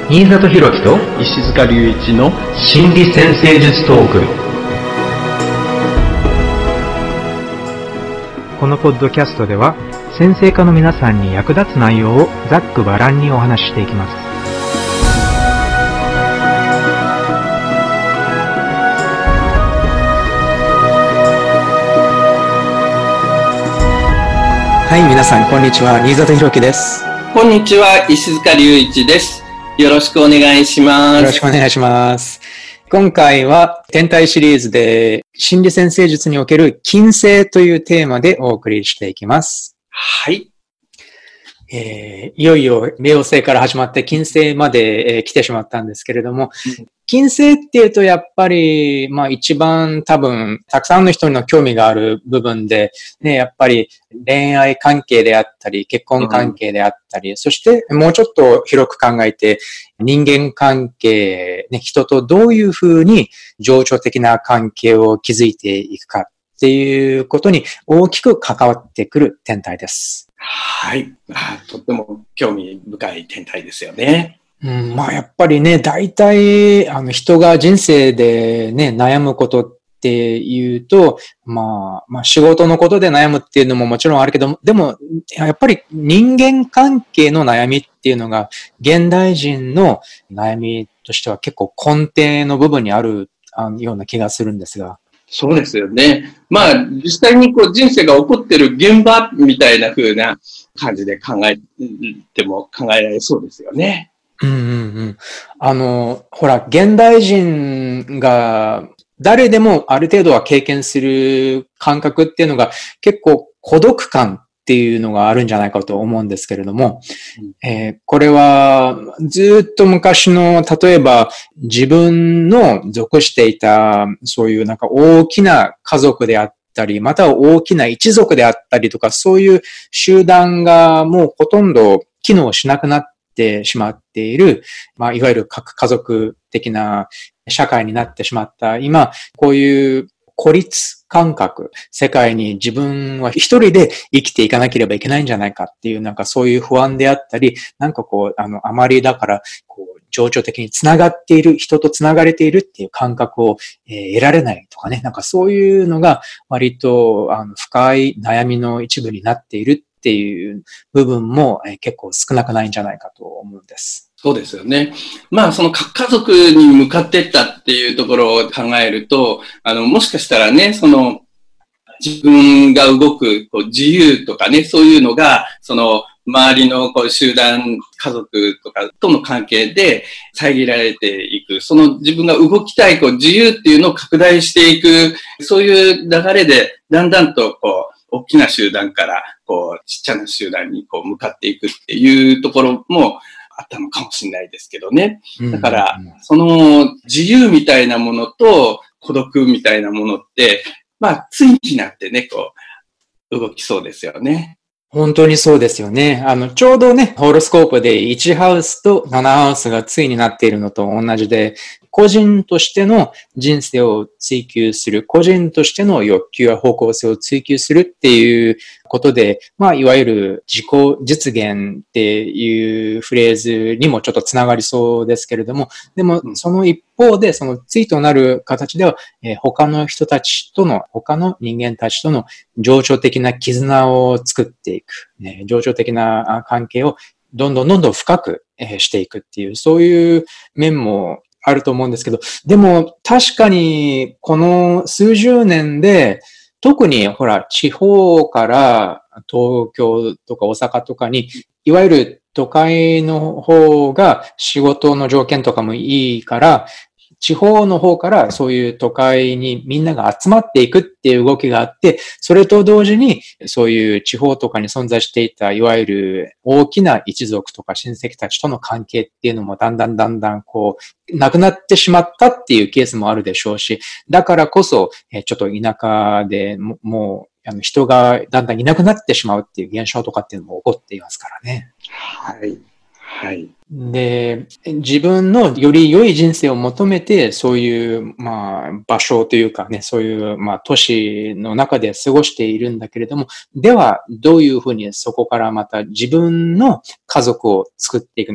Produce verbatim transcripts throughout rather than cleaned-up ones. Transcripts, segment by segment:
新里博樹と石塚隆一の心理先生術トーク。このポッドキャストでは先生科の皆さんに役立つ内容をざっくばらんにお話ししていきます。 はい、皆さんこんにちは、新里博樹です。 こんにちは、石塚隆一です。よろしくお願いします。 よろしくお願いします。今回は天体シリーズで心理先生術における金星というテーマでお送りしていきます。 はい。 えー、いよいよ冥王星から始まって金星まで、えー、来てしまったんですけれども、うん、金星っていうとやっぱり、まあ一番多分たくさんの人の興味がある部分で、ね、やっぱり恋愛関係であったり、結婚関係であったり、うん、そしてもうちょっと広く考えて人間関係、ね、人とどういうふうに情緒的な関係を築いていくかっていうことに大きく関わってくる天体です。 はい。あ、とっても興味深い天体ですよね。 うん、まあやっぱりね、大体あの人が人生でね、悩むことっていうと、まあ、まあ仕事のことで悩むっていうのももちろんあるけど、でもやっぱり人間関係の悩みっていうのが現代人の悩みとしては結構根底の部分にあるあのような気がするんですが。 そうですよね。まあ、実際にこう人生が起こってる現場みたいな風な感じで考えても考えられそうですよね。 うんうんうん。あの、ほら、現代人が誰でもある程度は経験する感覚っていうのが結構孤独感っていうのがあるんじゃないかと思うんですけれども、えー、これはずっと昔の、例えば自分の属していたそういうなんか大きな家族であったり、または大きな一族であったりとか、そういう集団がもうほとんど機能しなくなってしまっている、まあ、いわゆる核家族的な社会になってしまった今、こういう孤立感覚、世界に自分は一人で生きていかなければいけないんじゃないかっていう、なんかそういう不安であったり、なんかこう、あの、あまりだから、こう、情緒的につながっている、人とつながれているっていう感覚を、えー、得られないとかね、なんかそういうのが割と、あの、深い悩みの一部になっているっていう部分も、えー、結構少なくないんじゃないかと思うんです。 そうですよね。まあ、その核家族に向かっていったっていうところを考えると、あの、もしかしたらね、その、自分が動くこう自由とかね、そういうのが、その、周りのこう集団、家族とかとの関係で遮られていく。その自分が動きたいこう自由っていうのを拡大していく。そういう流れで、だんだんとこう、大きな集団から、こう、ちっちゃな集団にこう、向かっていくっていうところも、あったのかもしれないですけどね。だから、その自由みたいなものと孤独みたいなものって、まあ、対になってね、こう、動きそうですよね。 本当にそうですよね。あの、ちょうどね、ホロスコープでいちハウスとななハウスが対になっているのと同じで、個人としての人生を追求する、個人としての欲求や方向性を追求するっていうことで、まあ、いわゆる自己実現っていうフレーズにもちょっとつながりそうですけれども、でも、その一方で、その対となる形では、えー、他の人たちとの、他の人間たちとの情緒的な絆を作っていく、ね、情緒的な関係をどんどんどんどん深くしていくっていう、そういう面もあると思うんですけど、でも確かにこの数十年で特にほら地方から東京とか大阪とかにいわゆる都会の方が仕事の条件とかもいいから地方の方からそういう都会にみんなが集まっていくっていう動きがあって、それと同時にそういう地方とかに存在していたいわゆる大きな一族とか親戚たちとの関係っていうのもだんだんだんだんこうなくなってしまったっていうケースもあるでしょうし、だからこそちょっと田舎でももうあの人がだんだんいなくなってしまうっていう現象とかっていうのも起こっていますからね。 はい。はい。 で、自分のより良い人生を求めて、そういう、まあ、場所というかね、そういう、まあ、都市の中で過ごしているんだけれども、では、どういうふうにそこからまた自分の家族を作っていくのか。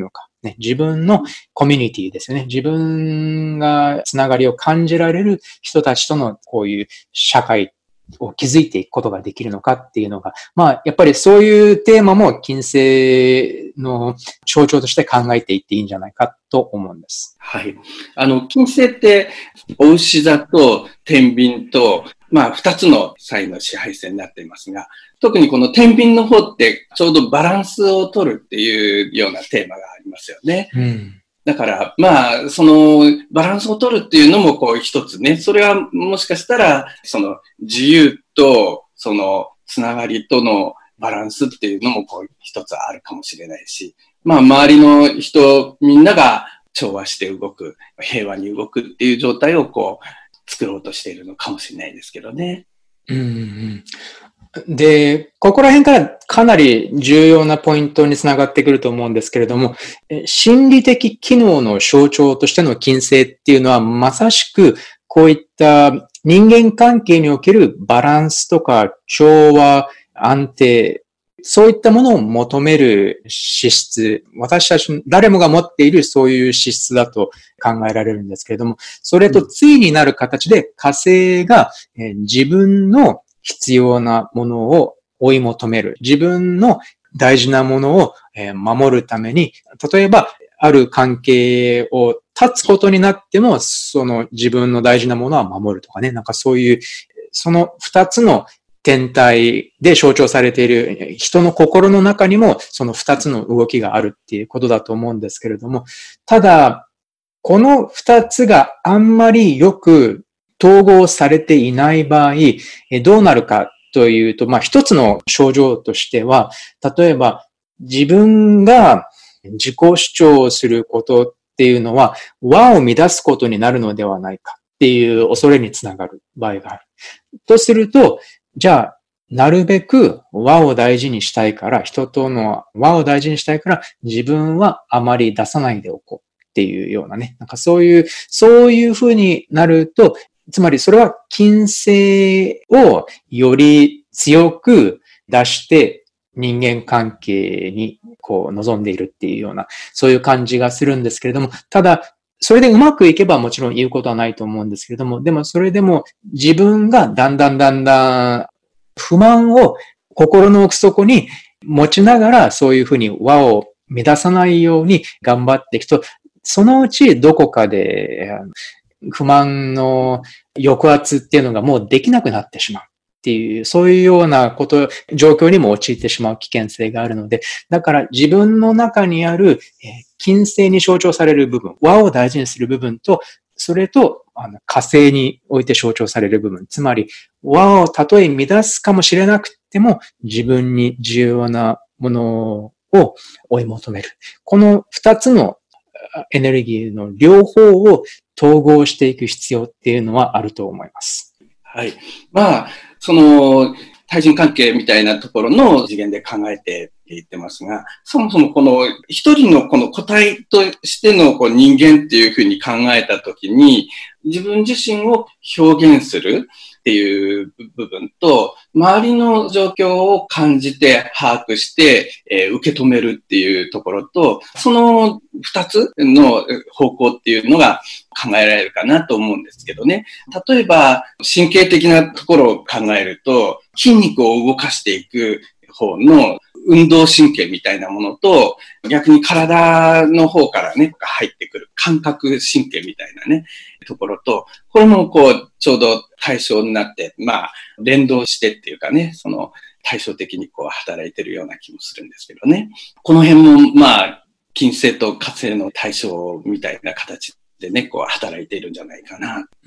ね、自分のコミュニティですよね。自分がつながりを感じられる人たちとのこういう社会を築いていくことができるのかっていうのが、まあ、やっぱりそういうテーマも金星の象徴として考えていっていいんじゃないかと思うんです。 はい。あの、金星って、お牛座と天秤と、まあ、二つのサインの支配線になっていますが、特にこの天秤の方ってちょうどバランスを取るっていうようなテーマがありますよね。 うん、 だから、まあ、その、バランスを取るっていうのも、こう、一つね、それはもしかしたら、その、自由と、その、つながりとのバランスっていうのも、こう、一つあるかもしれないし、まあ、周りの人、みんなが調和して動く、平和に動くっていう状態を、こう、作ろうとしているのかもしれないですけどね。 うんうんで、ここら辺からかなり重要なポイントにつながってくると思うんですけれども、心理的機能の象徴としての金星っていうのはまさしくこういった人間関係におけるバランスとか調和、安定、そういったものを求める資質、私たち誰もが持っているそういう資質だと考えられるんですけれども、それと対になる形で火星が自分の必要なものを追い求める。自分の大事なものを守るために、例えば、ある関係を断つことになっても、その自分の大事なものは守るとかね。なんかそういう、その二つの天体で象徴されている人の心の中にも、その二つの動きがあるっていうことだと思うんですけれども、ただ、この二つがあんまりよく統合されていない場合、どうなるかというと、まあ一つの症状としては、例えば自分が自己主張をすることっていうのは和を乱すことになるのではないかっていう恐れにつながる場合がある。とすると、じゃあ、なるべく和を大事にしたいから、人との和を大事にしたいから、自分はあまり出さないでおこうっていうようなね。なんかそういう、そういう風になると、つまりそれは金星をより強く出して人間関係にこう望んでいるっていうような、そういう感じがするんですけれども、ただ、それでうまくいけばもちろん言うことはないと思うんですけれども、でもそれでも自分がだんだんだんだん不満を心の奥底に持ちながらそういうふうに和を乱さないように頑張っていくと、そのうちどこかで不満の抑圧っていうのがもうできなくなってしまうっていう、そういうようなこと、状況にも陥ってしまう危険性があるので、だから自分の中にある金星に象徴される部分、和を大事にする部分と、それとあの火星において象徴される部分、つまり和をたとえ乱すかもしれなくても自分に重要なものを追い求める。この二つのエネルギーの両方を統合していく必要っていうのはあると思います。 はい。まあ、その、対人関係みたいなところの次元で考えていってますが、そもそもこの一人のこの個体としてのこう人間っていうふうに考えたときに、自分自身を表現するっていう部分と、周りの状況を感じて把握して、えー、受け止めるっていうところと、その二つの方向っていうのが考えられるかなと思うんですけどね。例えば、神経的なところを考えると、筋肉を動かしていく方の運動神経みたいなものと、逆に体の方からね、入ってくる感覚神経みたいなね、ところと、これもこう、ちょうど対象になって、まあ、連動してっていうかね、その対照的にこう働いてるような気もするんですけどね。この辺も、まあ、金星と火星の対象みたいな形でね、こう働いているんじゃないかな。 うん、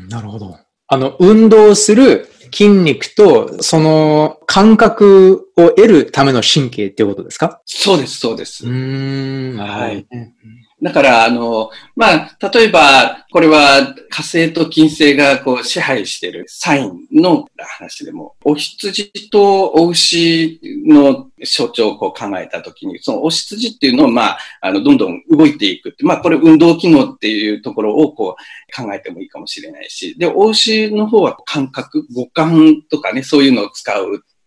なるほど。あの、運動する筋肉と、その感覚を得るための神経っていうことですか？ そうです、そうです。 うーん、 はい。だから、あの、まあ、例えば、これは火星と金星がこう支配しているサインの話でも、お羊とお牛の象徴をこう考えたときに、そのお羊っていうのを、まあ、あの、どんどん動いていくって、まあ、これ運動機能っていうところをこう考えてもいいかもしれないし、で、お牛の方は感覚、五感とかね、そういうのを使う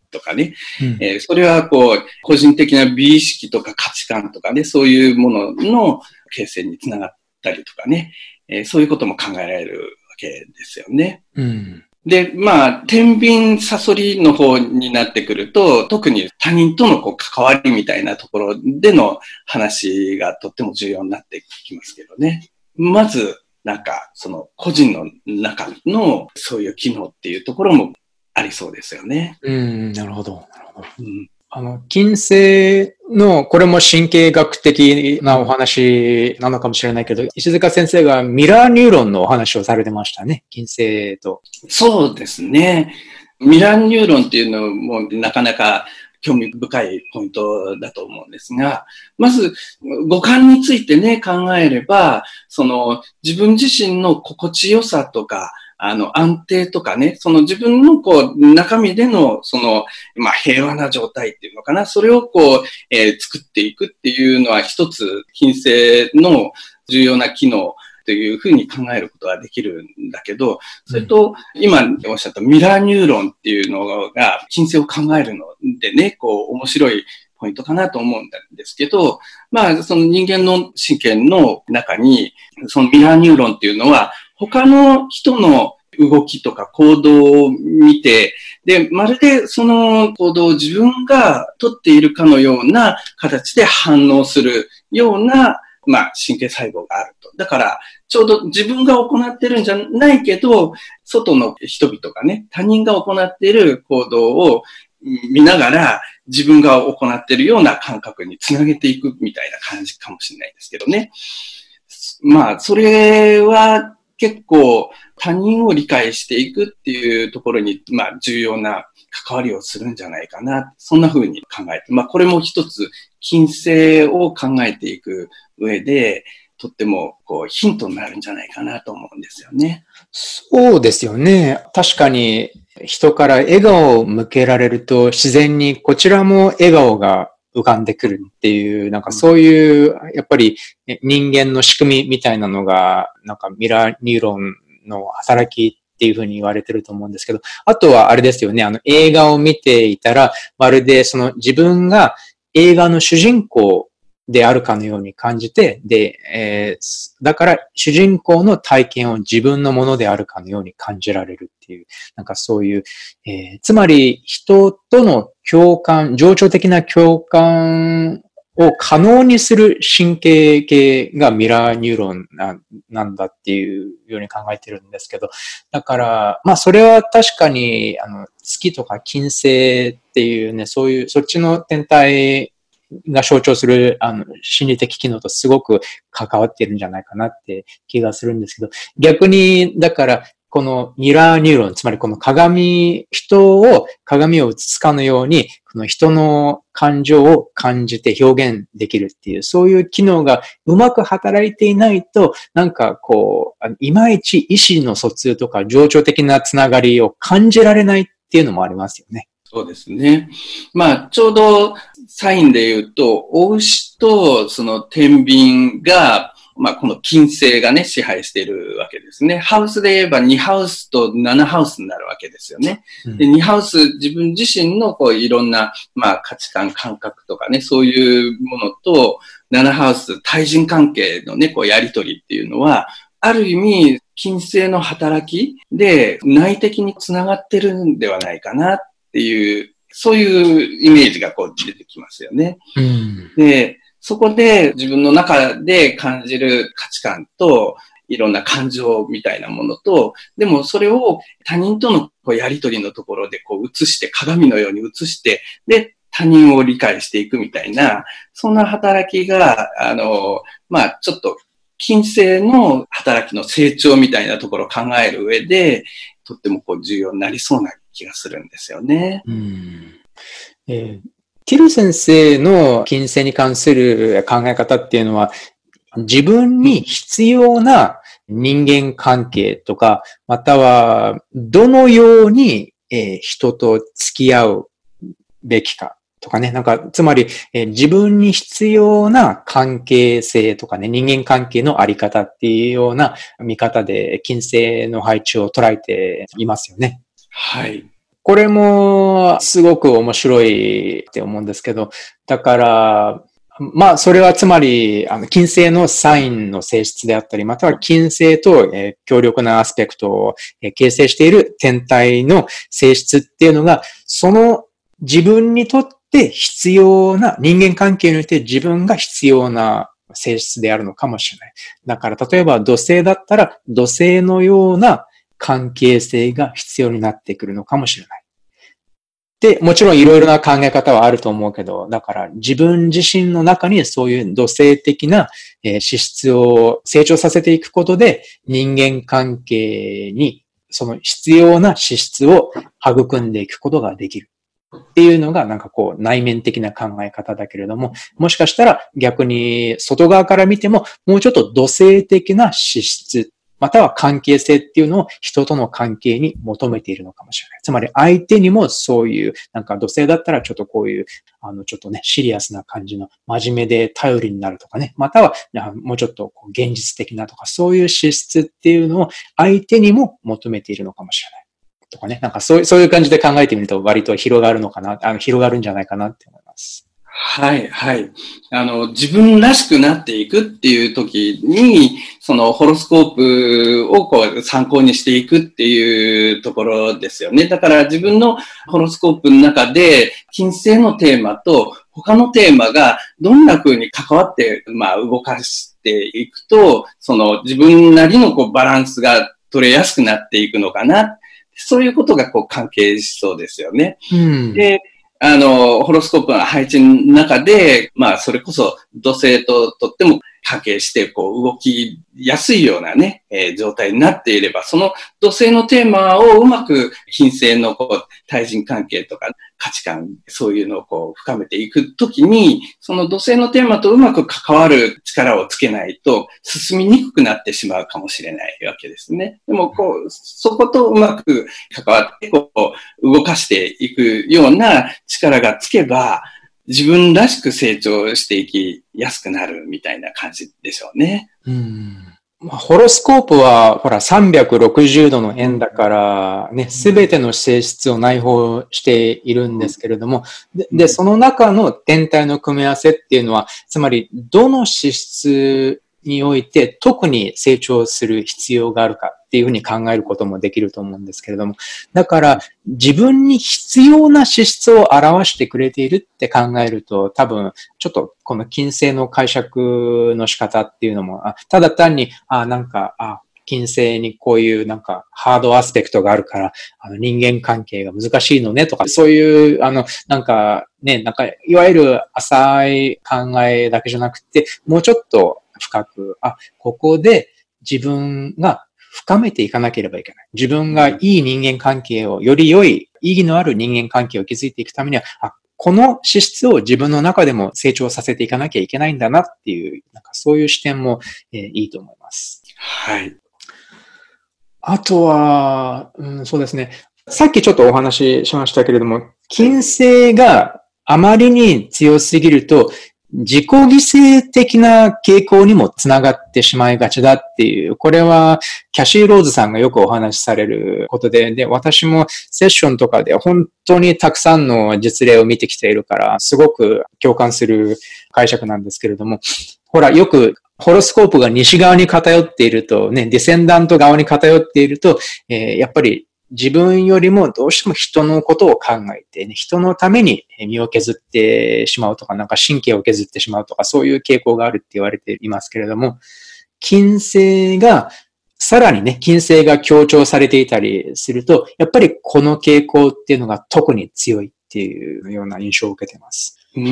とかね、 うんえーそれはこう、個人的な美意識とか価値観とかね、そういうものの形成につながったりとかね、えーそういうことも考えられるわけですよね。 うんで、まあ、天秤サソリの方になってくると、特に他人とのこう関わりみたいなところでの話がとっても重要になってきますけどね。まず、なんか、その個人の中のそういう機能っていうところもありそうですよね。 うん、なるほど。なるほど。 うんあの、金星の、これも神経学的なお話なのかもしれないけど、石塚先生がミラーニューロンのお話をされてましたね。金星と。 そうですね。ミラーニューロンっていうのもなかなか興味深いポイントだと思うんですが、まず五感についてね、考えれば、その自分自身の心地よさとか、あの安定とかね、その自分のこう中身でのその、まあ平和な状態っていうのかな、それをこう、えー、作っていくっていうのは一つ金星の重要な機能というふうに考えることができるんだけど、それと、今おっしゃったミラーニューロンっていうのが、金星を考えるのでね、こう、面白いポイントかなと思うんですけど、まあ、その人間の神経の中に、そのミラーニューロンっていうのは、他の人の動きとか行動を見て、で、まるでその行動を自分が取っているかのような形で反応するような、まあ、神経細胞があると。だから、ちょうど自分が行ってるんじゃないけど、外の人々がね、他人が行っている行動を見ながら、自分が行っているような感覚につなげていくみたいな感じかもしれないですけどね。まあ、それは結構他人を理解していくっていうところに、まあ、重要な関わりをするんじゃないかな。そんな風に考えて、まあ、これも一つ、金星を考えていく上で、とってもこうヒントになるんじゃないかなと思うんですよね。 そうですよね。確かに人から笑顔を向けられると自然にこちらも笑顔が浮かんでくるっていう、なんかそういう、やっぱり人間の仕組みみたいなのが、なんかミラーニューロンの働きっていうふうに言われてると思うんですけど、あとはあれですよね、あの映画を見ていたら、まるでその自分が映画の主人公であるかのように感じて、で、えー、だから主人公の体験を自分のものであるかのように感じられるっていう、なんかそういう、えー、つまり人との共感、情緒的な共感を可能にする神経系がミラーニューロン な, なんだっていうように考えてるんですけど、だから、まあそれは確かに、あの、月とか金星っていうね、そういう、そっちの天体が象徴するあの心理的機能とすごく関わっているんじゃないかなって気がするんですけど、逆に、だから、このミラーニューロン、つまりこの鏡、人を鏡を映すかのように、この人の感情を感じて表現できるっていう、そういう機能がうまく働いていないと、なんかこう、いまいち意思の疎通とか情緒的なつながりを感じられないっていうのもありますよね。 そうですね。まあ、ちょうどサインで言うと、お牛とその天秤が、まあ、この金星がね、支配しているわけですね。ハウスで言えばにハウスとななハウスになるわけですよね。うん、で、にハウス、自分自身のこういろんな、まあ、価値観、感覚とかね、そういうものと、ななハウス、対人関係のね、こうやりとりっていうのは、ある意味、金星の働きで内的につながってるんではないかなっていう、そういうイメージがこう出てきますよね。うん、で、そこで自分の中で感じる価値観といろんな感情みたいなものと、でもそれを他人とのこうやりとりのところでこう映して、鏡のように映して、で、他人を理解していくみたいな、そんな働きが、あの、まあちょっと金星の働きの成長みたいなところを考える上で、とってもこう重要になりそうな気がするんですよね。 うんえー、ティル先生の金星に関する考え方っていうのは、自分に必要な人間関係とか、またはどのように、えー、人と付き合うべきかとかね、なんかつまり、えー、自分に必要な関係性とかね、人間関係のあり方っていうような見方で金星の配置を捉えていますよね。 はい。 これもすごく面白いって思うんですけど、だから、まあ、それはつまり、あの、金星のサインの性質であったり、または金星と、えー、強力なアスペクトを、えー、形成している天体の性質っていうのが、その自分にとって必要な、人間関係において自分が必要な性質であるのかもしれない。だから、例えば土星だったら、土星のような関係性が必要になってくるのかもしれない。で、もちろんいろいろな考え方はあると思うけど、だから自分自身の中にそういう土星的な資質を成長させていくことで、人間関係にその必要な資質を育んでいくことができる。っていうのがなんかこう内面的な考え方だけれども、もしかしたら逆に外側から見てももうちょっと土星的な資質、または関係性っていうのを人との関係に求めているのかもしれない。つまり相手にもそういう、なんか土星だったらちょっとこういう、あのちょっとね、シリアスな感じの真面目で頼りになるとかね、またはもうちょっとこう現実的なとか、そういう資質っていうのを相手にも求めているのかもしれない。とかね、なんかそういう、そういう感じで考えてみると割と広がるのかな、あの広がるんじゃないかなって思います。 はい、はい。あの、自分らしくなっていくっていう時に、そのホロスコープをこう参考にしていくっていうところですよね。だから自分のホロスコープの中で、金星のテーマと他のテーマがどんな風に関わって、まあ動かしていくと、その自分なりのこうバランスが取れやすくなっていくのかな。そういうことがこう関係しそうですよね。 うん、 で、あの、ホロスコープの配置の中で、まあ、それこそ土星ととっても関係して、こう、動きやすいようなね、えー、状態になっていれば、その土星のテーマをうまく金星のこう、対人関係とか価値観、そういうのをこう、深めていくときに、その土星のテーマとうまく関わる力をつけないと、進みにくくなってしまうかもしれないわけですね。でも、こう、そことうまく関わって、こう、動かしていくような力がつけば、自分らしく成長していきやすくなるみたいな感じでしょうね。 うん、ホロスコープは、ほら、さんびゃくろくじゅうどの円だから、ね、すべての性質を内包しているんですけれども、で、でその中の天体の組み合わせっていうのは、つまり、どの資質において特に成長する必要があるかっていうふうに考えることもできると思うんですけれども、だから自分に必要な資質を表してくれているって考えると、多分ちょっとこの金星の解釈の仕方っていうのも、あただ単に、あなんか、あ金星にこういうなんかハードアスペクトがあるから、あの人間関係が難しいのねとか、そういう、あの、なんかね、なんかいわゆる浅い考えだけじゃなくて、もうちょっと深く、あ、ここで自分が深めていかなければいけない。自分がいい人間関係を、より良い、意義のある人間関係を築いていくためには、あ、この資質を自分の中でも成長させていかなきゃいけないんだなっていう、なんかそういう視点も、えー、いいと思います。 はい。 あとは、うん、そうですね。さっきちょっとお話ししましたけれども、金星があまりに強すぎると、自己犠牲的な傾向にもつながってしまいがちだっていう、これはキャシー・ローズさんがよくお話しされることで、で、私もセッションとかで本当にたくさんの実例を見てきているから、すごく共感する解釈なんですけれども、ほら、よくホロスコープが西側に偏っていると、ね、ディセンダント側に偏っていると、えー、やっぱり自分よりもどうしても人のことを考えて、ね、人のために身を削ってしまうとか、なんか神経を削ってしまうとか、そういう傾向があるって言われていますけれども、金星が、さらにね、金星が強調されていたりすると、やっぱりこの傾向っていうのが特に強いっていうような印象を受けています。 うん、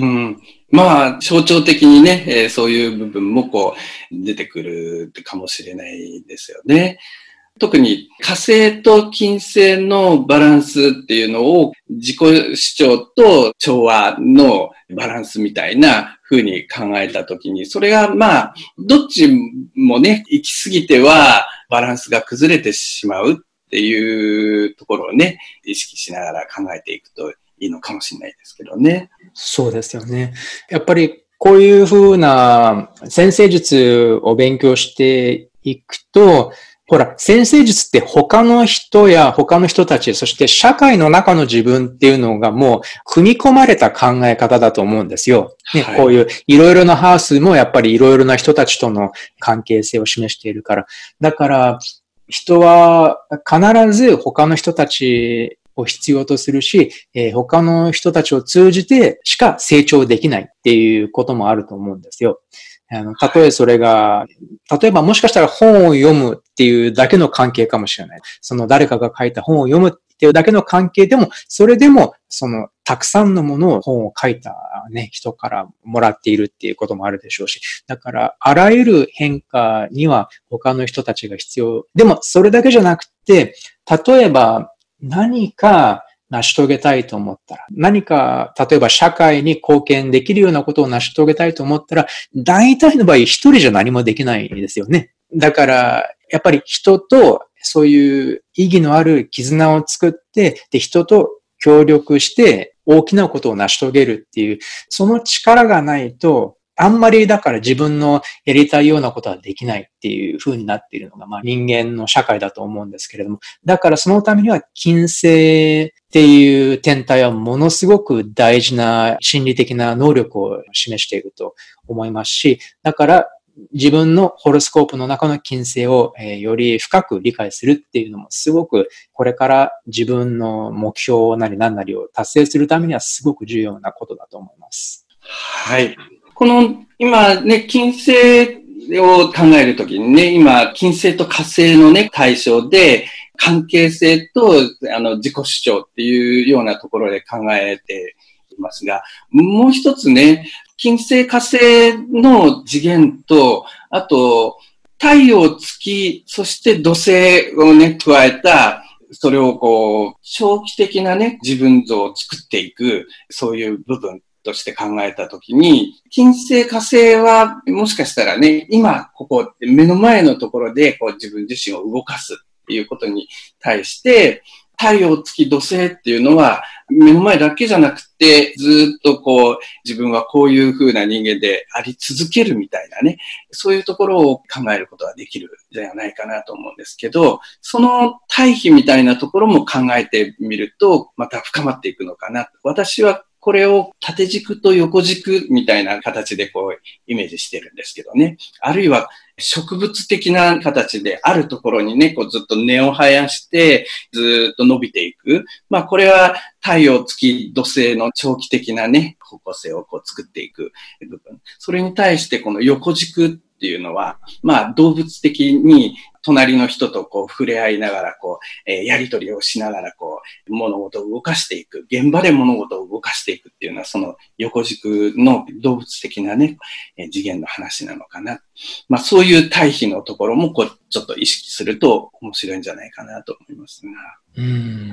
まあ、象徴的にね、えー、そういう部分もこう、出てくるかもしれないですよね。特に火星と金星のバランスっていうのを自己主張と調和のバランスみたいな風に考えたときに、それがまあ、どっちもね、行き過ぎてはバランスが崩れてしまうっていうところをね、意識しながら考えていくといいのかもしれないですけどね。 そうですよね。やっぱりこういう風な先生術を勉強していくと、 ほら、先生術って他の人や他の人たち、そして社会の中の自分っていうのがもう組み込まれた考え方だと思うんですよ。ね、はい、こういういろいろなハウスもやっぱりいろいろな人たちとの関係性を示しているから。だから、人は必ず他の人たちを必要とするし、えー、他の人たちを通じてしか成長できないっていうこともあると思うんですよ。あの、たとえそれが、例えばもしかしたら本を読むっていうだけの関係かもしれない。その誰かが書いた本を読むっていうだけの関係でも、それでも、その、たくさんのものを本を書いたね、人からもらっているっていうこともあるでしょうし。だから、あらゆる変化には他の人たちが必要。でも、それだけじゃなくて、例えば何か、成し遂げたいと思ったら、何か、例えば社会に貢献できるようなことを成し遂げたいと思ったら、大体の場合一人じゃ何もできないですよね。だから、やっぱり人とそういう意義のある絆を作って、で、人と協力して大きなことを成し遂げるっていう、その力がないと、あんまりだから自分のやりたいようなことはできないっていう風になっているのが、まあ人間の社会だと思うんですけれども、だからそのためには金星っていう天体はものすごく大事な心理的な能力を示していると思いますし、だから自分のホロスコープの中の金星をより深く理解するっていうのもすごくこれから自分の目標なり何なりを達成するためにはすごく重要なことだと思います。 はい。この、今ね、金星を考えるときにね、今、金星と火星のね、対象で、関係性と、あの、自己主張っていうようなところで考えていますが、もう一つね、金星火星の次元と、あと、太陽月、そして土星をね、加えた、それをこう、長期的なね、自分像を作っていく、そういう部分として考えたときに、金星火星はもしかしたらね、今ここ目の前のところでこう自分自身を動かすっていうことに対して、太陽月土星っていうのは目の前だけじゃなくて、ずっとこう自分はこういう風な人間であり続けるみたいなね、そういうところを考えることができるんじゃないかなと思うんですけど、その対比みたいなところも考えてみると、また深まっていくのかな。私はこれを縦軸と横軸みたいな形でこうイメージしてるんですけどね。あるいは植物的な形であるところにね、こうずっと根を生やしてずっと伸びていく。まあこれは太陽、月、土星の長期的なね、方向性をこう作っていく部分。それに対してこの横軸っていうのは、まあ動物的に隣の人とこう触れ合いながらこう、えー、やり取りをしながらこう物事を動かしていく、現場で物事を動かしていくっていうのはその横軸の動物的なね、えー、次元の話なのかな。まあそういう対比のところもこうちょっと意識すると面白いんじゃないかなと思いますが。 うん。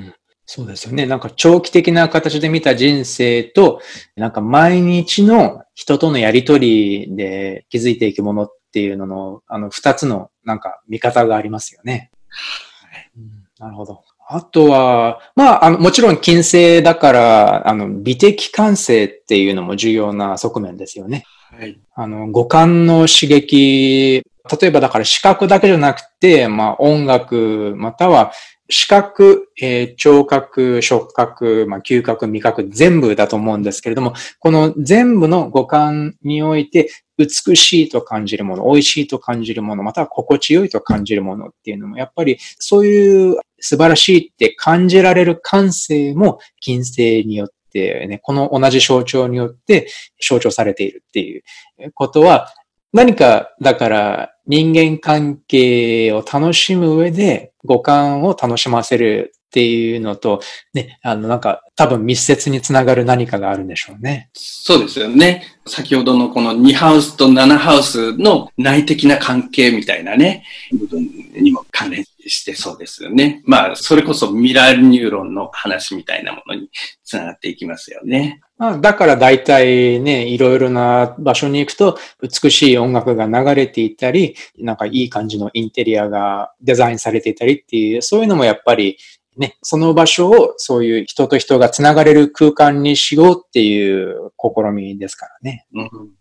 そうですよね。なんか長期的な形で見た人生と、なんか毎日の人とのやりとりで気づいていくものっていうのの、あの二つのなんか見方がありますよね。はい、うん、なるほど。あとは、まあ、あの、もちろん金星だから、あの、美的感性っていうのも重要な側面ですよね。はい。あの、五感の刺激、例えばだから視覚だけじゃなくて、まあ、音楽、または視覚、えー、聴覚、触覚、まあ、嗅覚、味覚、全部だと思うんですけれども、この全部の五感において、美しいと感じるもの、美味しいと感じるもの、または心地よいと感じるものっていうのも、やっぱりそういう素晴らしいって感じられる感性も金星によってね、この同じ象徴によって象徴されているっていうことは、何かだから人間関係を楽しむ上で五感を楽しませるっていうのと、ね、あのなんか多分密接につながる何かがあるんでしょうね。 そうですよね。先ほどのこのにハウスとななハウスの内的な関係みたいなね、部分にも関連してそうですよね。まあ、それこそミラーニューロンの話みたいなものにつながっていきますよね。 まあ、だから大体ね、いろいろな場所に行くと美しい音楽が流れていたり、なんかいい感じのインテリアがデザインされていたりっていう、そういうのもやっぱりね、その場所をそういう人と人がつながれる空間にしようっていう試みですからね。 うん、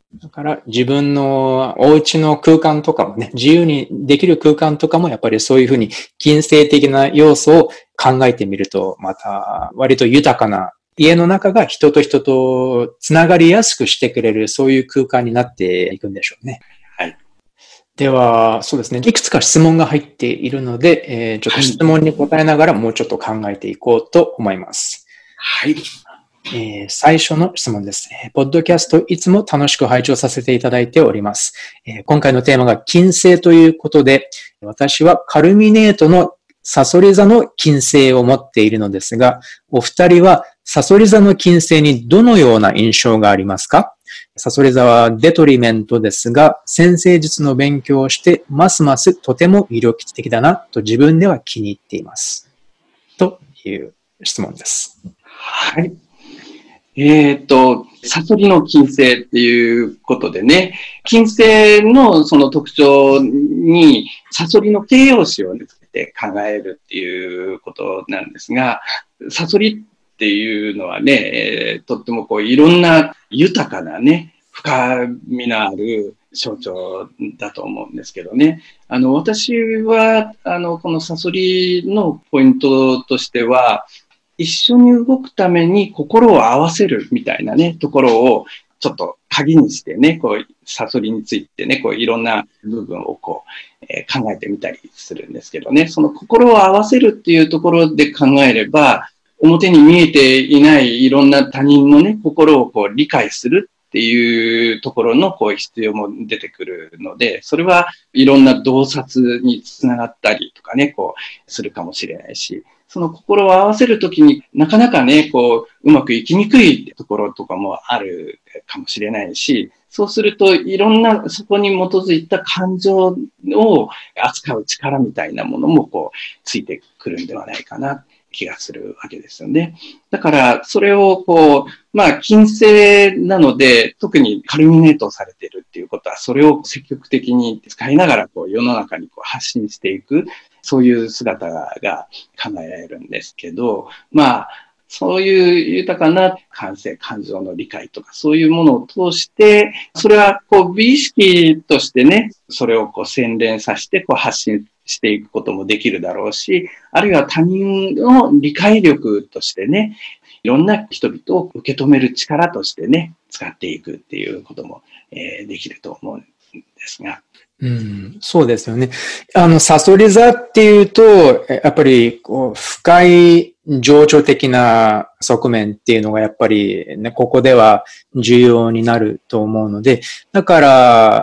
だから自分のお家の空間とかもね、自由にできる空間とかもやっぱりそういうふうに近世的な要素を考えてみると、また割と豊かな家の中が人と人とつながりやすくしてくれる、そういう空間になっていくんでしょうね。 はい。 では、そうですね。いくつか質問が入っているので、えー、ちょっと質問に答えながらもうちょっと考えていこうと思います。 はい。 えー、最初の質問です。ポッドキャストいつも楽しく拝聴させていただいております。えー、今回のテーマが金星ということで、私はカルミネートのサソリ座の金星を持っているのですが、お二人はサソリ座の金星にどのような印象がありますか？サソリ座はデトリメントですが、占星術の勉強をして、ますますとても魅力的だなと自分では気に入っています。という質問です。 はい。えっと、サソリの金星っていうことでね、金星のその特徴にサソリの形容詞をつけて考えるっていうことなんですが、サソリっていうのはね、えー、とってもこういろんな豊かなね、深みのある象徴だと思うんですけどね。あの、私は、あの、このサソリのポイントとしては、一緒に動くために心を合わせるみたいなね、ところをちょっと鍵にしてね、こう、サソリについてね、こういろんな部分をこう、えー、考えてみたりするんですけどね、その心を合わせるっていうところで考えれば、表に見えていないいろんな他人のね、心をこう理解するっていうところのこう必要も出てくるので、それはいろんな洞察につながったりとかね、こうするかもしれないし、その心を合わせるときになかなかね、こう、うまくいきにくいところとかもあるかもしれないし、そうするといろんなそこに基づいた感情を扱う力みたいなものもこう、ついてくるんではないかな気がするわけですよね。だから、それをこう、まあ、金星なので、特にカルミネートされているっていうことは、それを積極的に使いながら、こう、世の中にこう発信していく、そういう姿が考えられるんですけど、まあ、そういう豊かな感性、感情の理解とか、そういうものを通して、それはこう美意識としてね、それをこう洗練させてこう発信していくこともできるだろうし、あるいは他人の理解力としてね、いろんな人々を受け止める力としてね、使っていくっていうことも、えー、できると思うんですが。 うん、そうですよね。あの、サソリ座っていうと、やっぱりこう深い情緒的な側面っていうのがやっぱりね、ここでは重要になると思うので、だから、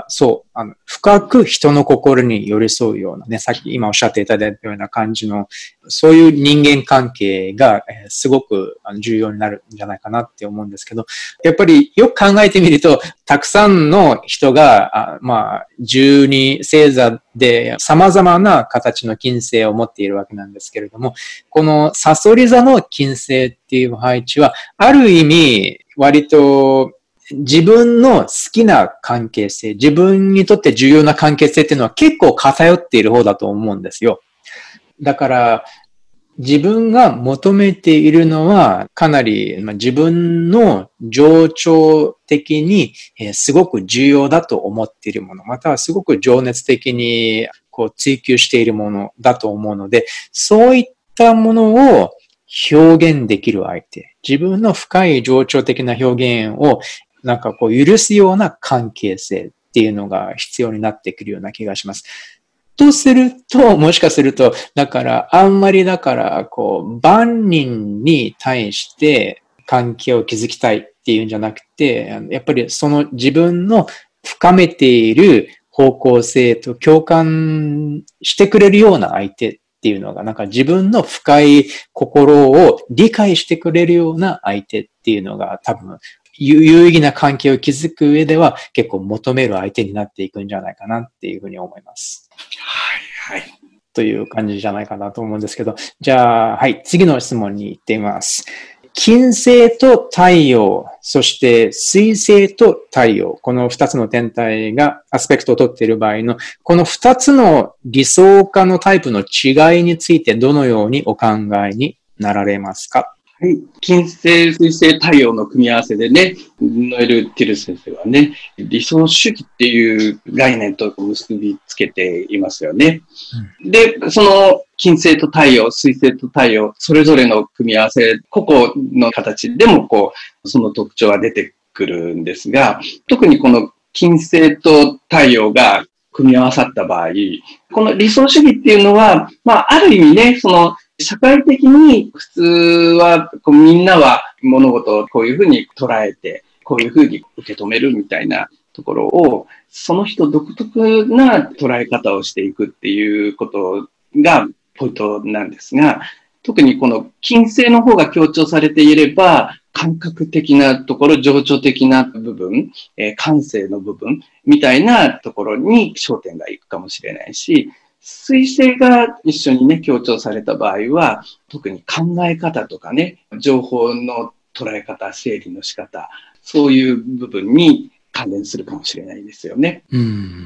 そう、あの深く人の心に寄り添うようなね、さっき今おっしゃっていただいたような感じの、そういう人間関係がすごく重要になるんじゃないかなって思うんですけど、やっぱりよく考えてみると、たくさんの人が、あまあ、十二星座で様々な形の金星を持っているわけなんですけれども、このサソリ座の金星っていう配置は、ある意味、割と自分の好きな関係性、自分にとって重要な関係性っていうのは結構偏っている方だと思うんですよ。だから、自分が求めているのはかなり、まあ、自分の情緒的に、えー、すごく重要だと思っているもの、またはすごく情熱的にこう追求しているものだと思うので、そういったものを表現できる相手、自分の深い情緒的な表現をなんかこう許すような関係性っていうのが必要になってくるような気がします。とすると、もしかすると、だから、あんまりだから、こう、万人に対して関係を築きたいっていうんじゃなくて、やっぱりその自分の深めている方向性と共感してくれるような相手っていうのが、なんか自分の深い心を理解してくれるような相手っていうのが多分、有意義な関係を築く上では結構求める相手になっていくんじゃないかなっていうふうに思います。 はい、はい。 という感じじゃないかなと思うんですけど、じゃあ、はい、次の質問に行ってみます。金星と太陽、そして水星と太陽、この二つの天体がアスペクトを取っている場合の、この二つの理想化のタイプの違いについてどのようにお考えになられますか？ はい。金星、水星、太陽の組み合わせでね、ノエル・ティル先生はね、理想主義っていう概念と結びつけていますよね。うん、で、その金星と太陽、水星と太陽、それぞれの組み合わせ、個々の形でもこう、その特徴は出てくるんですが、特にこの金星と太陽が組み合わさった場合、この理想主義っていうのは、まあ、ある意味ね、その、社会的に普通はこうみんなは物事をこういうふうに捉えて、こういうふうに受け止めるみたいなところを、その人独特な捉え方をしていくっていうことがポイントなんですが、特にこの金星の方が強調されていれば、感覚的なところ、情緒的な部分、えー、感性の部分みたいなところに焦点がいくかもしれないし、水星が一緒にね、強調された場合は、特に考え方とかね、情報の捉え方、整理の仕方、そういう部分に関連するかもしれないですよね。 うん、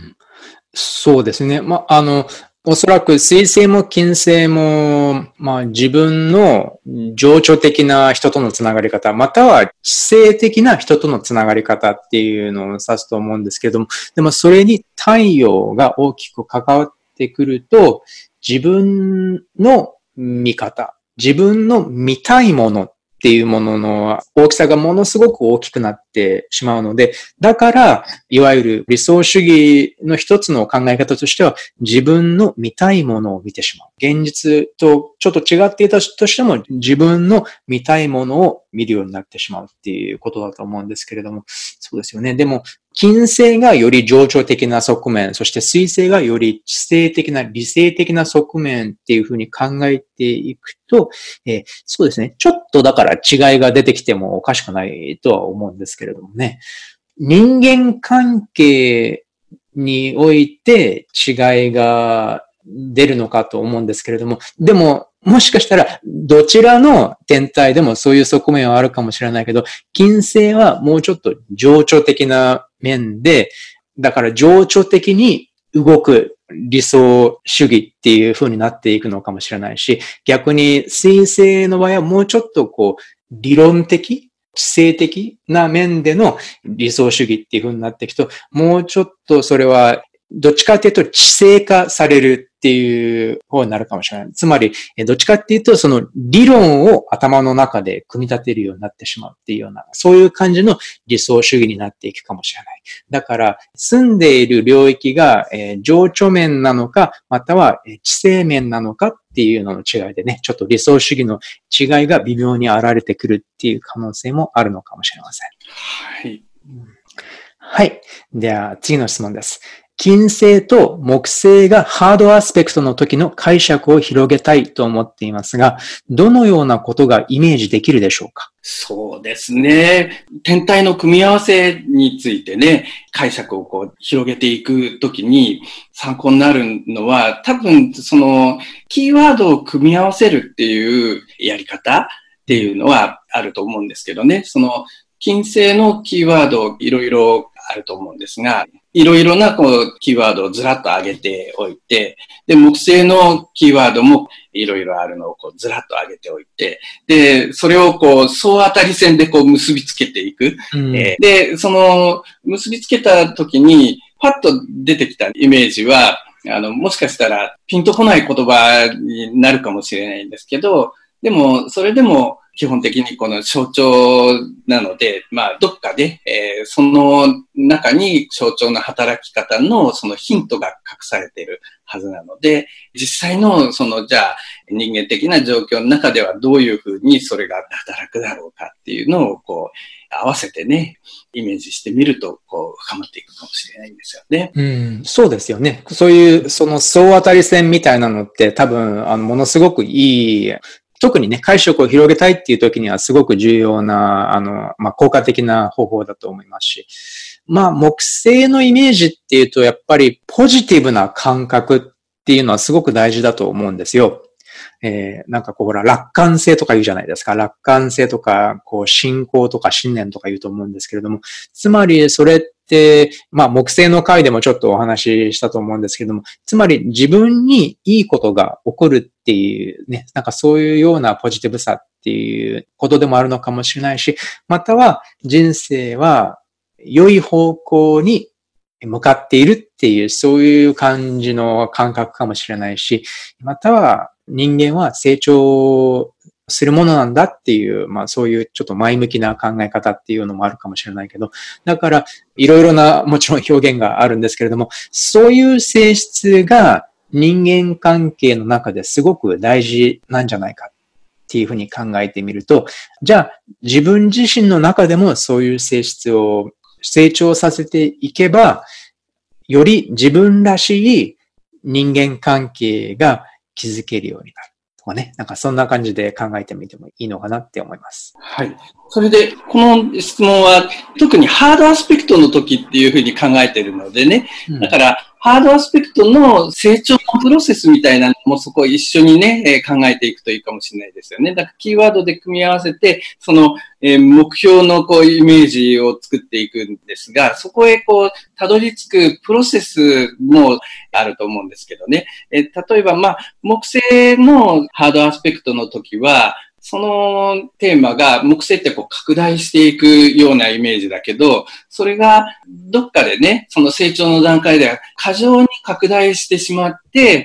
そうですね。ま、あの、おそらく水星も金星も、まあ自分の情緒的な人とのつながり方、または知性的な人とのつながり方っていうのを指すと思うんですけども、でもそれに太陽が大きく関わってくると、自分の見方、自分の見たいものっていうものの大きさがものすごく大きくなってしまうので、だから、いわゆる理想主義の一つの考え方としては、自分の見たいものを見てしまう。現実とちょっと違っていたとしても、自分の見たいものを見るようになってしまうっていうことだと思うんですけれども、そうですよね。でも、金星がより情緒的な側面、そして水星がより知性的な理性的な側面っていうふうに考えていくと、えー、そうですね。ちょっとだから違いが出てきてもおかしくないとは思うんですけれどもね。人間関係において違いが出るのかと思うんですけれども、でも、もしかしたら、どちらの天体でもそういう側面はあるかもしれないけど、金星はもうちょっと情緒的な面で、だから情緒的に動く理想主義っていう風になっていくのかもしれないし、逆に水星の場合はもうちょっとこう、理論的、知性的な面での理想主義っていう風になっていくと、もうちょっとそれはどっちかっていうと知性化されるっていう方になるかもしれない。つまり、どっちかっていうとその理論を頭の中で組み立てるようになってしまうっていうような、そういう感じの理想主義になっていくかもしれない。だから、住んでいる領域が、えー、情緒面なのか、または知性面なのかっていうのの違いでね、ちょっと理想主義の違いが微妙に現れてくるっていう可能性もあるのかもしれません。 はい。 はい。では、次の質問です。金星と木星がハードアスペクトの時の解釈を広げたいと思っていますが、どのようなことがイメージできるでしょうか？ そうですね。天体の組み合わせについてね、解釈をこう広げていくときに参考になるのは、多分そのキーワードを組み合わせるっていうやり方っていうのはあると思うんですけどね。その金星のキーワードいろいろあると思うんですが、いろいろなこうキーワードをずらっと上げておいて、で、木星のキーワードもいろいろあるのをこうずらっと上げておいて、で、それをこう総当たり線でこう結びつけていく。うん、えー、で、その結びつけた時にパッと出てきたイメージは、あの、もしかしたらピンとこない言葉になるかもしれないんですけど、でも、それでも基本的にこの象徴なので、まあ、どっかで、えー、その中に象徴の働き方のそのヒントが隠されているはずなので、実際のその、じゃあ、人間的な状況の中ではどういうふうにそれが働くだろうかっていうのを、こう、合わせてね、イメージしてみると、こう、深まっていくかもしれないんですよね。 うん、そうですよね。そういう、その総当たり線みたいなのって多分、あの、ものすごくいい、特にね、解釈を広げたいっていう時にはすごく重要な、あの、まあ、効果的な方法だと思いますし。まあ、木星のイメージっていうと、やっぱりポジティブな感覚っていうのはすごく大事だと思うんですよ。えー、なんかこう、ほら、楽観性とか言うじゃないですか。楽観性とか、こう、信仰とか信念とか言うと思うんですけれども、つまりそれっで、まあ、木星の回でもちょっとお話ししたと思うんですけども、つまり自分にいいことが起こるっていうね、なんかそういうようなポジティブさっていうことでもあるのかもしれないし、または人生は良い方向に向かっているっていう、そういう感じの感覚かもしれないし、または人間は成長するものなんだっていう、まあそういうちょっと前向きな考え方っていうのもあるかもしれないけど、だからいろいろなもちろん表現があるんですけれども、そういう性質が人間関係の中ですごく大事なんじゃないかっていうふうに考えてみると、じゃあ自分自身の中でもそういう性質を成長させていけば、より自分らしい人間関係が築けるようになる。とかね。なんかそんな感じで考えてみてもいいのかなって思います。 はい。それで、この質問は特にハードアスペクトの時っていうふうに考えているのでね。うん、だから、ハードアスペクトの成長のプロセスみたいなのもそこを一緒にね、えー、考えていくといいかもしれないですよね。だからキーワードで組み合わせて、その、えー、目標のこうイメージを作っていくんですが、そこへこう、たどり着くプロセスもあると思うんですけどね。えー、例えば、まあ、木星のハードアスペクトの時は、そのテーマが木星ってこう拡大していくようなイメージだけど、それがどっかでね、その成長の段階では過剰に拡大してしまって、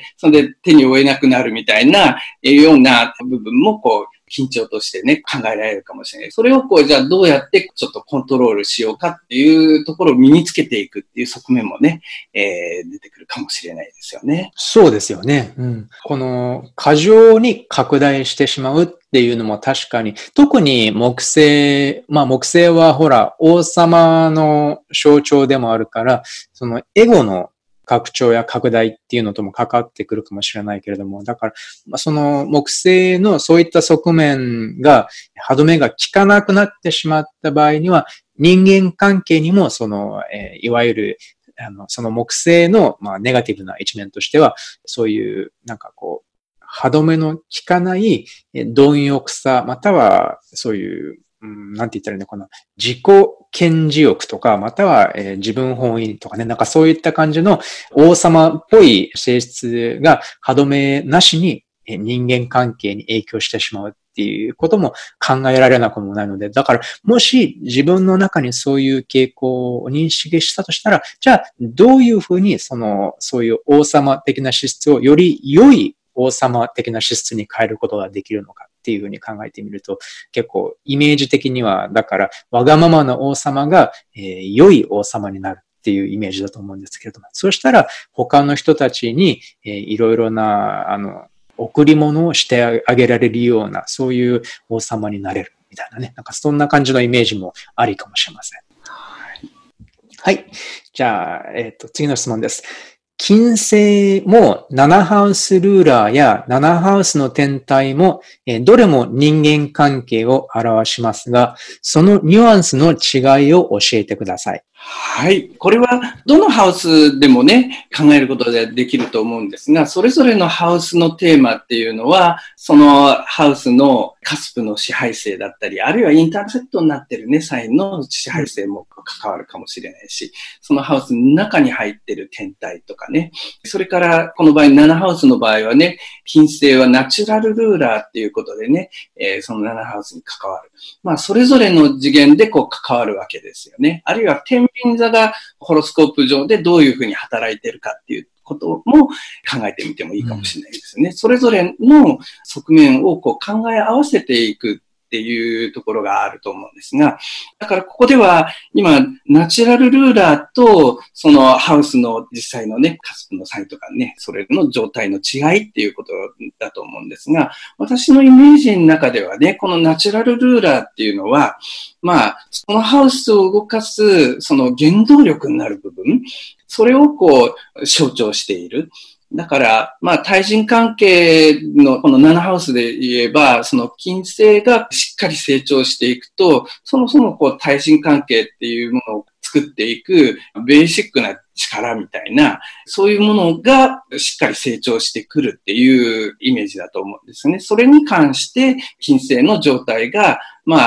それで手に負えなくなるみたいなような部分もこう緊張としてね、考えられるかもしれない。それをこう、じゃあどうやってちょっとコントロールしようかっていうところを身につけていくっていう側面もね、えー、出てくるかもしれないですよね。 そうですよね。うん。この過剰に拡大してしまうっていうのも確かに、特に木星、まあ木星はほら、王様の象徴でもあるから、そのエゴの拡張や拡大っていうのとも関わってくるかもしれないけれども、だから、まあ、その木星のそういった側面が歯止めが効かなくなってしまった場合には、人間関係にもその、えー、いわゆるあのその木星の、まあ、ネガティブな一面としては、そういうなんかこう歯止めの効かない貪欲さ、またはそういううん、なんて言ったらいいのかな。自己顕示欲とか、または、えー、自分本位とかね、なんかそういった感じの王様っぽい性質が歯止めなしに人間関係に影響してしまうっていうことも考えられなくもないので、だからもし自分の中にそういう傾向を認識したとしたら、じゃあどういうふうにその、そういう王様的な資質をより良い王様的な資質に変えることができるのかっていうふうに考えてみると、結構イメージ的には、だからわがままな王様が、えー、良い王様になるっていうイメージだと思うんですけれども、そうしたら他の人たちに、えー、いろいろな、あの、贈り物をしてあげられるような、そういう王様になれるみたいなね。なんかそんな感じのイメージもありかもしれません。はい。じゃあ、えっと、次の質問です。金星もななハウスルーラーやななハウスの天体も、どれも人間関係を表しますが、そのニュアンスの違いを教えてください。 はい。これは、どのハウスでもね、考えることができると思うんですが、それぞれのハウスのテーマっていうのは、そのハウスのカスプの支配性だったり、あるいはインターセプトになってるね、サインの支配性も関わるかもしれないし、そのハウスの中に入ってる天体とかね。それから、この場合、ななハウスの場合はね、金星はナチュラルルーラーっていうことでね、えー、そのななハウスに関わる。まあ、それぞれの次元でこう関わるわけですよね。あるいは天秤座がホロスコープ上でどういうふうに働いているかっていうことも考えてみてもいいかもしれないですね。うん、それぞれの側面をこう考え合わせていくっていうところがあると思うんですが、だからここでは今、ナチュラルルーラーとそのハウスの実際のね、カスプのサインとかね、それの状態の違いっていうことだと思うんですが、私のイメージの中ではね、このナチュラルルーラーっていうのは、まあ、そのハウスを動かすその原動力になる部分、それをこう象徴している。だから、まあ、対人関係のこのななハウスで言えば、その金星がしっかり成長していくと、そもそもこう対人関係っていうものを作っていくベーシックな力みたいな、そういうものがしっかり成長してくるっていうイメージだと思うんですね。それに関して金星の状態が、まあ、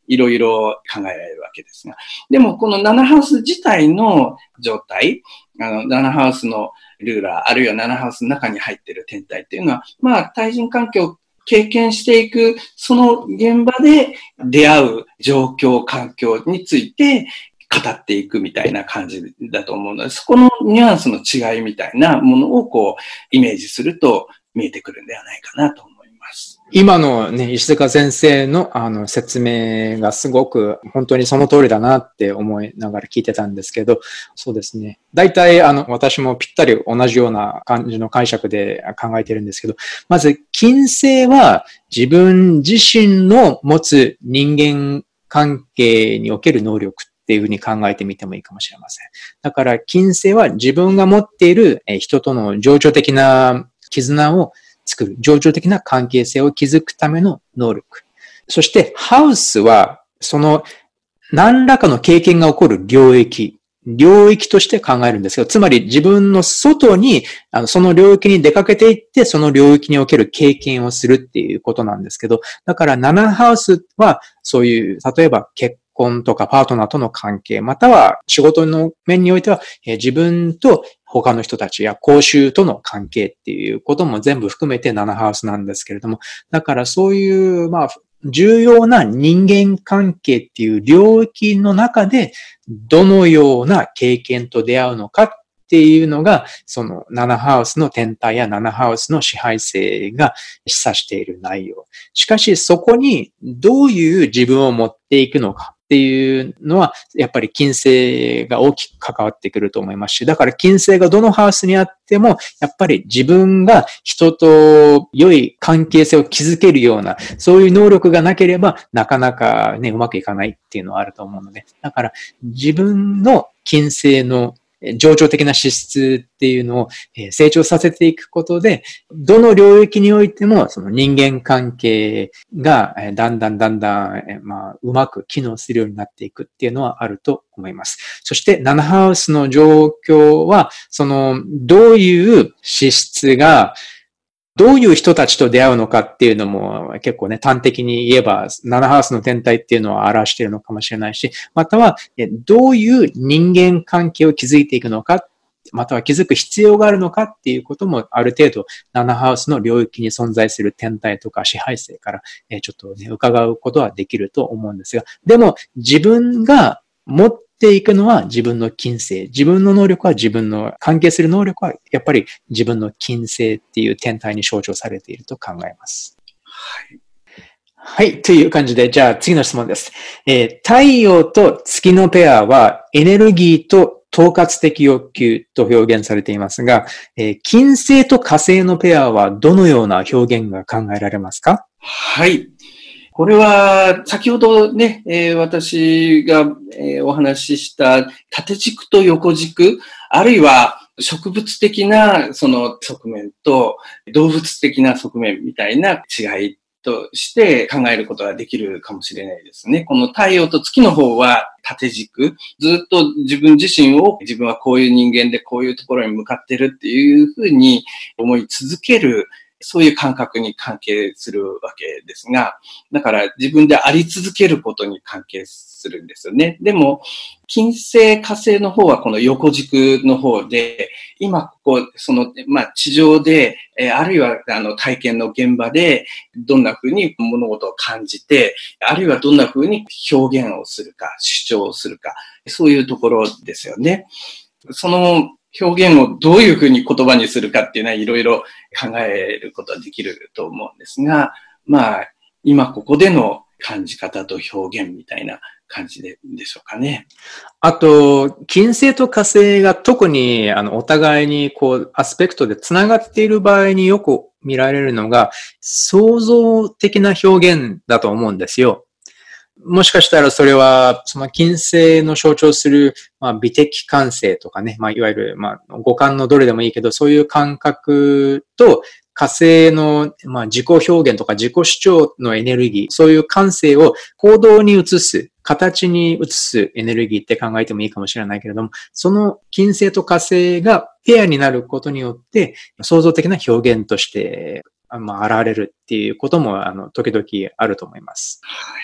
いろいろ考えられるわけですが。でも、このナナハウス自体の状態、あの、ナナハウスのルーラー、あるいはナナハウスの中に入っている天体っていうのは、まあ、対人環境を経験していく、その現場で出会う状況、環境について語っていくみたいな感じだと思うので、そこのニュアンスの違いみたいなものをこう、イメージすると見えてくるんではないかなと思います。 今のね、石塚先生のあの説明がすごく本当にその通りだなって思いながら聞いてたんですけど、そうですね。大体あの私もぴったり同じような感じの解釈で考えてるんですけど、まず金星は自分自身の持つ人間関係における能力っていうふうに考えてみてもいいかもしれません。だから金星は自分が持っている人との情緒的な絆を作る、情緒的な関係性を築くための能力。そして、ハウスは、その、何らかの経験が起こる領域、領域として考えるんですけど、つまり自分の外に、あのその領域に出かけていって、その領域における経験をするっていうことなんですけど、だから、ナナハウスは、そういう、例えば結婚とかパートナーとの関係、または仕事の面においては、えー、自分と他の人たちや公衆との関係っていうことも全部含めてナナハウスなんですけれども、だからそういう、まあ、重要な人間関係っていう領域の中で、どのような経験と出会うのかっていうのが、そのナナハウスの天体やナナハウスの支配性が示唆している内容。しかしそこにどういう自分を持っていくのかっていうのは、やっぱり金星が大きく関わってくると思いますし、だから金星がどのハウスにあっても、やっぱり自分が人と良い関係性を築けるような、そういう能力がなければ、なかなかね、うまくいかないっていうのはあると思うので、だから自分の金星の情緒的な資質っていうのを成長させていくことで、どの領域においてもその人間関係がだんだんだんだん、まあ、うまく機能するようになっていくっていうのはあると思います。そしてナナハウスの状況は、そのどういう資質がどういう人たちと出会うのかっていうのも結構ね、端的に言えば、ナナハウスの天体っていうのを表しているのかもしれないし、または、どういう人間関係を築いていくのか、または築く必要があるのかっていうこともある程度、ナナハウスの領域に存在する天体とか支配性からちょっとね、伺うことはできると思うんですが、でも自分が持っていくのは自分の金星。自分の能力は自分の、関係する能力はやっぱり自分の金星っていう天体に象徴されていると考えます。 はい。 はい。という感じで、じゃあ次の質問です。えー、太陽と月のペアはエネルギーと統括的欲求と表現されていますが、えー、金星と火星のペアはどのような表現が考えられますか？ はい。これは、先ほどね、えー、私が、えー、お話しした縦軸と横軸、あるいは植物的なその側面と動物的な側面みたいな違いとして考えることができるかもしれないですね。この太陽と月の方は縦軸、ずっと自分自身を自分はこういう人間でこういうところに向かってるっていうふうに思い続ける、そういう感覚に関係するわけですが、だから自分であり続けることに関係するんですよね。でも、金星、火星の方はこの横軸の方で、今ここ、その、まあ、地上で、えー、あるいはあの体験の現場で、どんな風に物事を感じて、あるいはどんな風に表現をするか、主張をするか、そういうところですよね。その表現をどういうふうに言葉にするかっていうのはいろいろ考えることはできると思うんですが、まあ、今ここでの感じ方と表現みたいな感じで、でしょうかね。 あと、金星と火星が特にあのお互いにこうアスペクトでつながっている場合によく見られるのが創造的な表現だと思うんですよ。もしかしたらそれは、その金星の象徴する、まあ、美的感性とかね、まあ、いわゆる、まあ、五感のどれでもいいけど、そういう感覚と、火星の、まあ、自己表現とか自己主張のエネルギー、そういう感性を行動に移す、形に移すエネルギーって考えてもいいかもしれないけれども、その金星と火星がペアになることによって、創造的な表現として、まあ、現れるっていうことも、あの、時々あると思います。 はい。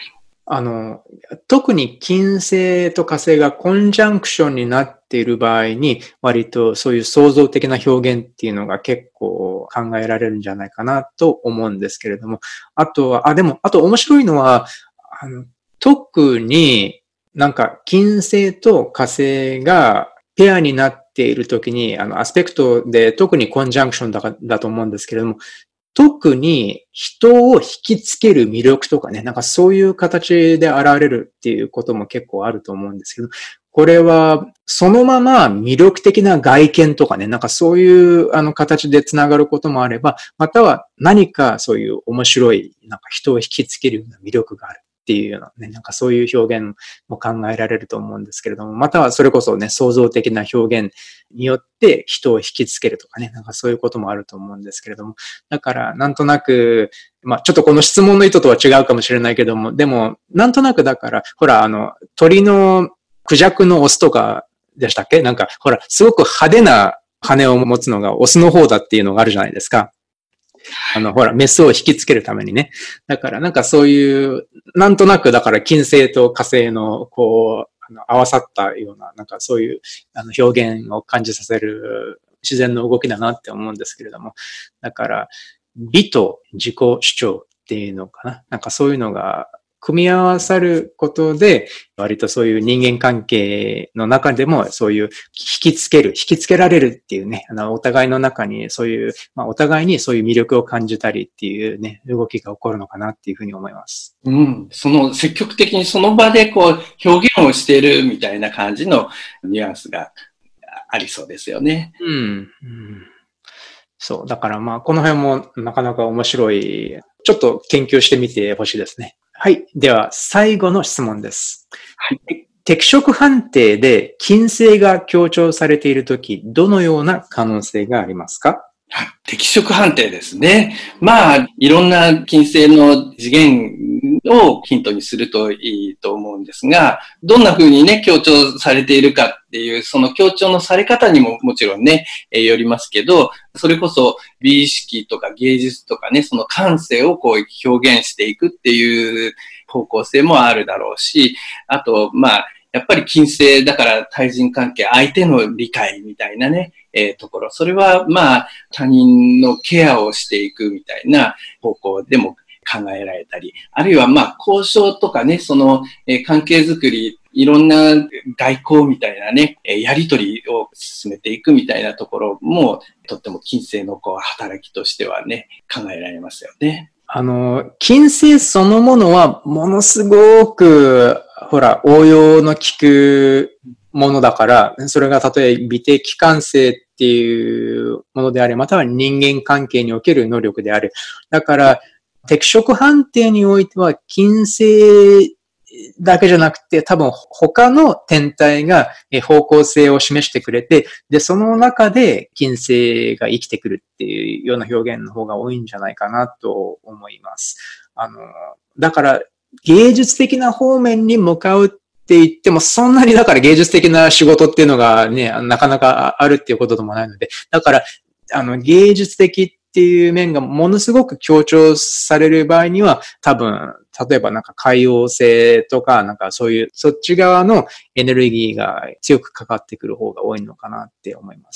あの、特に金星と火星がコンジャンクションになっている場合に、割とそういう創造的な表現っていうのが結構考えられるんじゃないかなと思うんですけれども、あとは、あ、でも、あと面白いのは、あの、特になんか金星と火星がペアになっているときに、あの、アスペクトで特にコンジャンクションだか、だと思うんですけれども、特に人を引きつける魅力とかね、なんかそういう形で現れるっていうことも結構あると思うんですけど、これはそのまま魅力的な外見とかね、なんかそういうあの形でつながることもあれば、または何かそういう面白い、なんか人を引きつけるような魅力があるっていうようなね、なんかそういう表現も考えられると思うんですけれども、またはそれこそね、創造的な表現によって人を引きつけるとかね、なんかそういうこともあると思うんですけれども、だからなんとなく、まあちょっとこの質問の意図とは違うかもしれないけども、でもなんとなくだから、ほらあの鳥のクジャクのオスとかでしたっけ？なんかほらすごく派手な羽を持つのがオスの方だっていうのがあるじゃないですか。あの、ほら、メスを引きつけるためにね。だからなんかそういう、なんとなくだから金星と火星のこう、あの合わさったような、なんかそういうあの表現を感じさせる自然の動きだなって思うんですけれども。だから、美と自己主張っていうのかな。なんかそういうのが組み合わさることで、割とそういう人間関係の中でもそういう引きつける、引きつけられるっていうね、あの、お互いの中にそういう、まあ、お互いにそういう魅力を感じたりっていうね、動きが起こるのかなっていうふうに思います。 うん。その積極的にその場でこう表現をしているみたいな感じのニュアンスがありそうですよね。 うん。うん、そう。だからまあ、この辺もなかなか面白い。ちょっと研究してみてほしいですね。はい。では、最後の質問です。 はい。 適色判定で金星が強調されているとき、どのような可能性がありますか？ 適色判定ですね。まあ、いろんな金星の次元をヒントにするといいと思うんですが、どんな風にね、強調されているかっていう、その強調のされ方にももちろんね、えー、よりますけど、それこそ美意識とか芸術とかね、その感性をこう表現していくっていう方向性もあるだろうし、あと、まあ、やっぱり金星だから対人関係、相手の理解みたいなね、えー、ところ。それはまあ他人のケアをしていくみたいな方向でも考えられたり、あるいはまあ交渉とかね、その、えー、関係づくり、いろんな外交みたいなね、えー、やりとりを進めていくみたいなところも、とっても金星のこう働きとしてはね、考えられますよね。 あの、金星そのものはものすごく、ほら、応用の効くものだから、それが例えば美的感性っていうものであれ、または人間関係における能力である。だから、適色判定においては、金星だけじゃなくて、多分他の天体が方向性を示してくれて、で、その中で金星が生きてくるっていうような表現の方が多いんじゃないかなと思います。あの、だから、芸術的な方面に向かうって言っても、そんなにだから芸術的な仕事っていうのがね、なかなかあるっていうことでもないので、だから、あの、芸術的っていう面がものすごく強調される場合には、多分、例えばなんか海王星とか、なんかそういう、そっち側のエネルギーが強くかかってくる方が多いのかなって思います。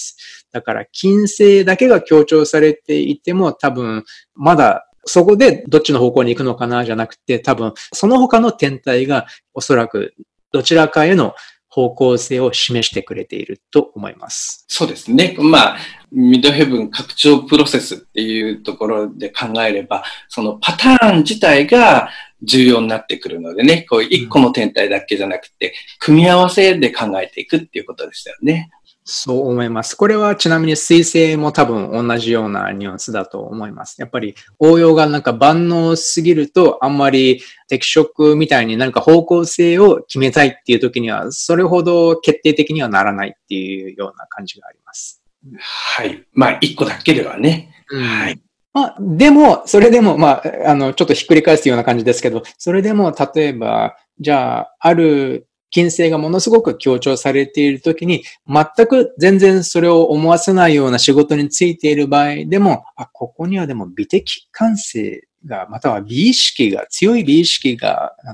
だから、金星だけが強調されていても、多分、まだ、そこでどっちの方向に行くのかなじゃなくて、多分その他の天体がおそらくどちらかへの方向性を示してくれていると思います。 そうですね。まあ、ミッドヘブン拡張プロセスっていうところで考えれば、そのパターン自体が重要になってくるのでね、こう一個の天体だけじゃなくて、組み合わせで考えていくっていうことですよね。 そう思います。これはちなみに水星も多分同じようなニュアンスだと思います。やっぱり応用がなんか万能すぎるとあんまり適色みたいに何か方向性を決めたいっていう時にはそれほど決定的にはならないっていうような感じがあります。 はい。まあ一個だけではね。 うん、 はい。 まあでも、それでもまあ、あの、ちょっとひっくり返すような感じですけど、それでも例えば、じゃあ、ある金星がものすごく強調されているときに、全く全然それを思わせないような仕事についている場合でも、あ、ここにはでも美的感性が、または美意識が、強い美意識がなんか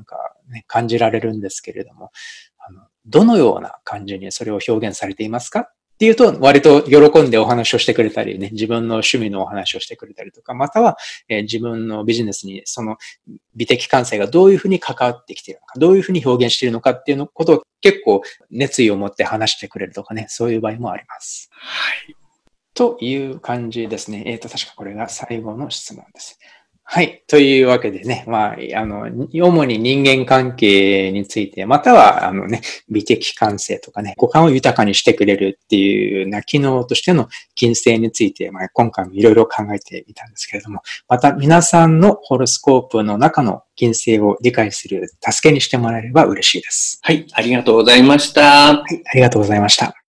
ね、感じられるんですけれども、あのどのような感じにそれを表現されていますかっていうと、割と喜んでお話をしてくれたりね、自分の趣味のお話をしてくれたりとか、または、えー、自分のビジネスにその美的感性がどういうふうに関わってきているのか、どういうふうに表現しているのかっていうのことを結構熱意を持って話してくれるとかね、そういう場合もあります。 はい。 という感じですね。えっと、確かこれが最後の質問です。はい。というわけでね、まあ、あの、主に人間関係について、または、あのね、美的感性とかね、五感を豊かにしてくれるっていうな機能としての金星について、まあ、今回もいろいろ考えてみたんですけれども、また皆さんのホロスコープの中の金星を理解する助けにしてもらえれば嬉しいです。 はい。ありがとうございました。 はい。ありがとうございました。